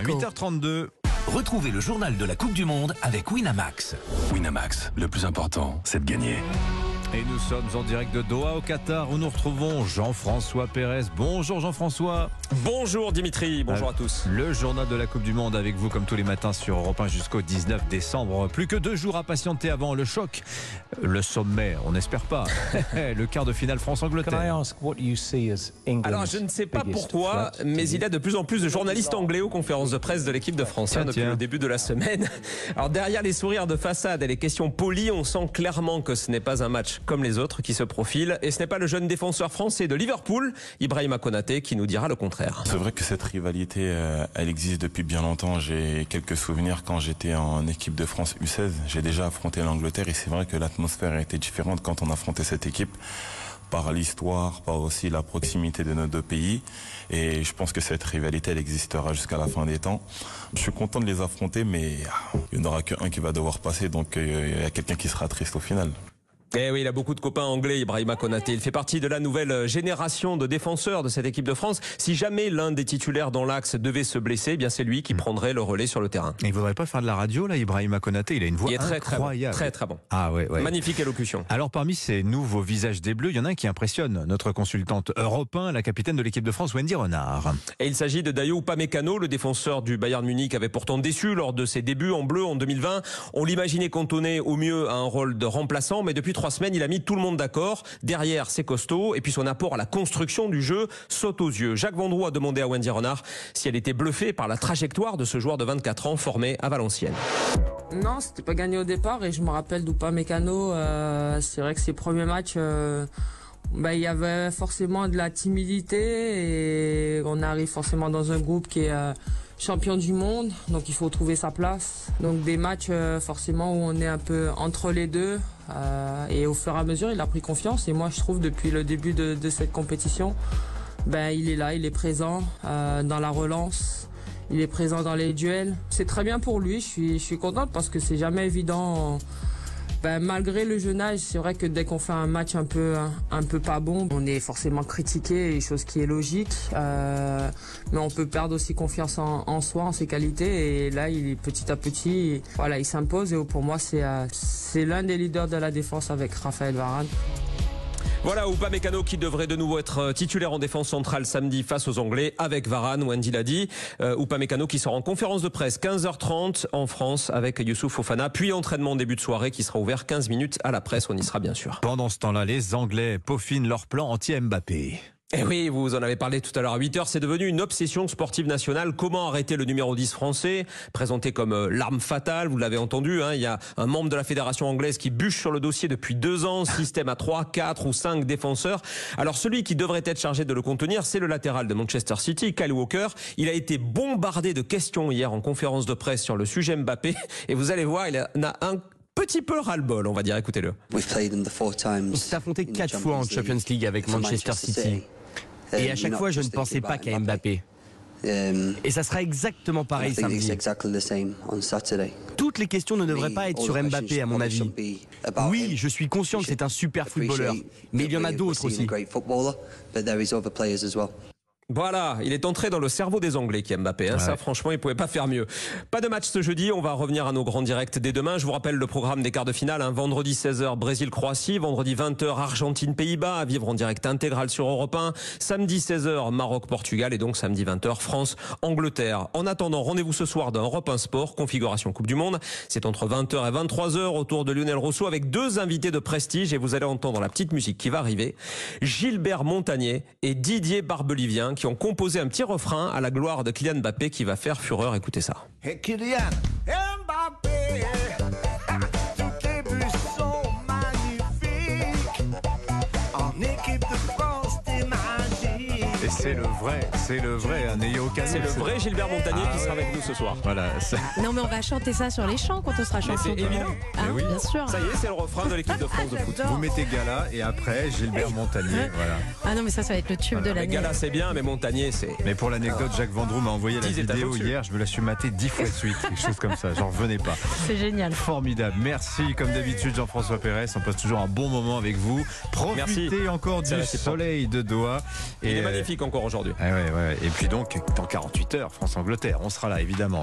8h32. Retrouvez le journal de la Coupe du Monde avec Winamax. Winamax, le plus important, c'est de gagner. Et nous sommes en direct de Doha au Qatar où nous retrouvons Jean-François Pérez. Bonjour Jean-François. Bonjour Dimitri, bonjour à tous. Le journal de la Coupe du Monde avec vous comme tous les matins sur Europe 1 jusqu'au 19 décembre. Plus que 2 jours à patienter avant le choc. Le sommet, on n'espère pas. Le quart de finale France-Angleterre. Alors je ne sais pas pourquoi, mais il y a de plus en plus de journalistes anglais aux conférences de presse de l'équipe de France depuis le début de la semaine. Alors derrière les sourires de façade et les questions polies, on sent clairement que ce n'est pas un match comme les autres qui se profilent. Et ce n'est pas le jeune défenseur français de Liverpool, Ibrahima Konaté, qui nous dira le contraire. C'est vrai que cette rivalité, elle existe depuis bien longtemps. J'ai quelques souvenirs quand j'étais en équipe de France U16. J'ai déjà affronté l'Angleterre et c'est vrai que l'atmosphère a été différente quand on affrontait cette équipe. Par l'histoire, par aussi la proximité de nos deux pays. Et je pense que cette rivalité, elle existera jusqu'à la fin des temps. Je suis content de les affronter, mais il n'y en aura qu'un qui va devoir passer. Donc il y a quelqu'un qui sera triste au final. Eh oui, il a beaucoup de copains anglais, Ibrahima Konaté. Il fait partie de la nouvelle génération de défenseurs de cette équipe de France. Si jamais l'un des titulaires dans l'axe devait se blesser, eh bien c'est lui qui prendrait le relais sur le terrain. Et il ne voudrait pas faire de la radio, là, Ibrahima Konaté. Il a une voix incroyable. Très bon. Ah ouais. Magnifique élocution. Alors parmi ces nouveaux visages des Bleus, il y en a un qui impressionne. Notre consultante Europe 1, la capitaine de l'équipe de France, Wendy Renard. Et il s'agit de Dayot Upamecano, le défenseur du Bayern Munich, avait pourtant déçu lors de ses débuts en bleu en 2020. On l'imaginait cantonné au mieux à un rôle de remplaçant, mais depuis 3 semaines, il a mis tout le monde d'accord. Derrière, c'est costaud. Et puis son apport à la construction du jeu saute aux yeux. Jacques Vendroux a demandé à Wendy Renard si elle était bluffée par la trajectoire de ce joueur de 24 ans formé à Valenciennes. Non, c'était pas gagné au départ et je me rappelle d'Upamecano. C'est vrai que ses premiers matchs, il y avait forcément de la timidité et on arrive forcément dans un groupe qui est champion du monde, donc il faut trouver sa place. Donc des matchs forcément où on est un peu entre les deux et au fur et à mesure il a pris confiance et moi je trouve depuis le début de cette compétition, il est là, il est présent dans la relance. Il est présent dans les duels. C'est très bien pour lui, je suis contente parce que c'est jamais évident. Malgré le jeune âge, c'est vrai que dès qu'on fait un match un peu pas bon, on est forcément critiqué, chose qui est logique. Mais on peut perdre aussi confiance en soi, en ses qualités. Et là, il est petit à petit, il s'impose. Et pour moi, c'est l'un des leaders de la défense avec Raphaël Varane. Voilà Upamecano qui devrait de nouveau être titulaire en défense centrale samedi face aux Anglais avec Varane, Wendy l'a dit. Upamecano qui sort en conférence de presse 15h30 en France avec Youssouf Fofana, puis entraînement en début de soirée qui sera ouvert 15 minutes à la presse, on y sera bien sûr. Pendant ce temps-là, les Anglais peaufinent leur plan anti-Mbappé. Eh oui, vous en avez parlé tout à l'heure à 8h, c'est devenu une obsession sportive nationale. Comment arrêter le numéro 10 français, présenté comme l'arme fatale, vous l'avez entendu, il y a un membre de la fédération anglaise qui bûche sur le dossier depuis 2 ans, système à 3, 4 ou 5 défenseurs. Alors celui qui devrait être chargé de le contenir, c'est le latéral de Manchester City, Kyle Walker. Il a été bombardé de questions hier en conférence de presse sur le sujet Mbappé, et vous allez voir, il en a un petit peu ras-le-bol, on va dire, écoutez-le. On s'est affronté 4 fois en Champions League avec Manchester City. Et à chaque fois, je ne pensais pas qu'à Mbappé. Et ça sera exactement pareil samedi. Toutes les questions ne devraient pas être sur Mbappé, à mon avis. Oui, je suis conscient que c'est un super footballeur, mais il y en a d'autres aussi. Voilà, il est entré dans le cerveau des Anglais qui aiment Mbappé. Ouais. Ça, franchement, il pouvait pas faire mieux. Pas de match ce jeudi. On va revenir à nos grands directs dès demain. Je vous rappelle le programme des quarts de finale. Vendredi 16h, Brésil-Croatie. Vendredi 20h, Argentine-Pays-Bas. À vivre en direct intégral sur Europe 1. Samedi 16h, Maroc-Portugal. Et donc samedi 20h, France-Angleterre. En attendant, rendez-vous ce soir dans Europe 1 Sport. Configuration Coupe du Monde. C'est entre 20h et 23h autour de Lionel Rousseau avec 2 invités de prestige. Et vous allez entendre la petite musique qui va arriver. Gilbert Montagné et Didier Barbelivien qui ont composé un petit refrain à la gloire de Kylian Mbappé qui va faire fureur. Écoutez ça. Hey Kylian Mbappé, tes buts sont magnifiques. En équipe de France, t'es magique. Et c'est le vrai, n'ayez aucun doute. C'est le vrai Gilbert Montagné qui sera avec nous ce soir. Voilà. Non mais on va chanter ça sur les champs quand on sera champion. C'est évident. Oui. Bien sûr. Ça y est, c'est le refrain de l'équipe de France de foot. Vous mettez Gala et après Gilbert Montagné. Voilà. Ah non mais ça va être le tube de l'année. Gala c'est bien, mais Montagné c'est... Mais pour l'anecdote, Jacques Vendroux m'a envoyé la vidéo hier, je me la suis matée 10 fois de suite, quelque chose comme ça, j'en revenais pas. C'est génial. Formidable, merci comme d'habitude Jean-François Pérez, on passe toujours un bon moment avec vous. Profitez encore du soleil de Doha. Il est magnifique. encore aujourd'hui. Et puis donc, dans 48 heures, France-Angleterre, on sera là évidemment.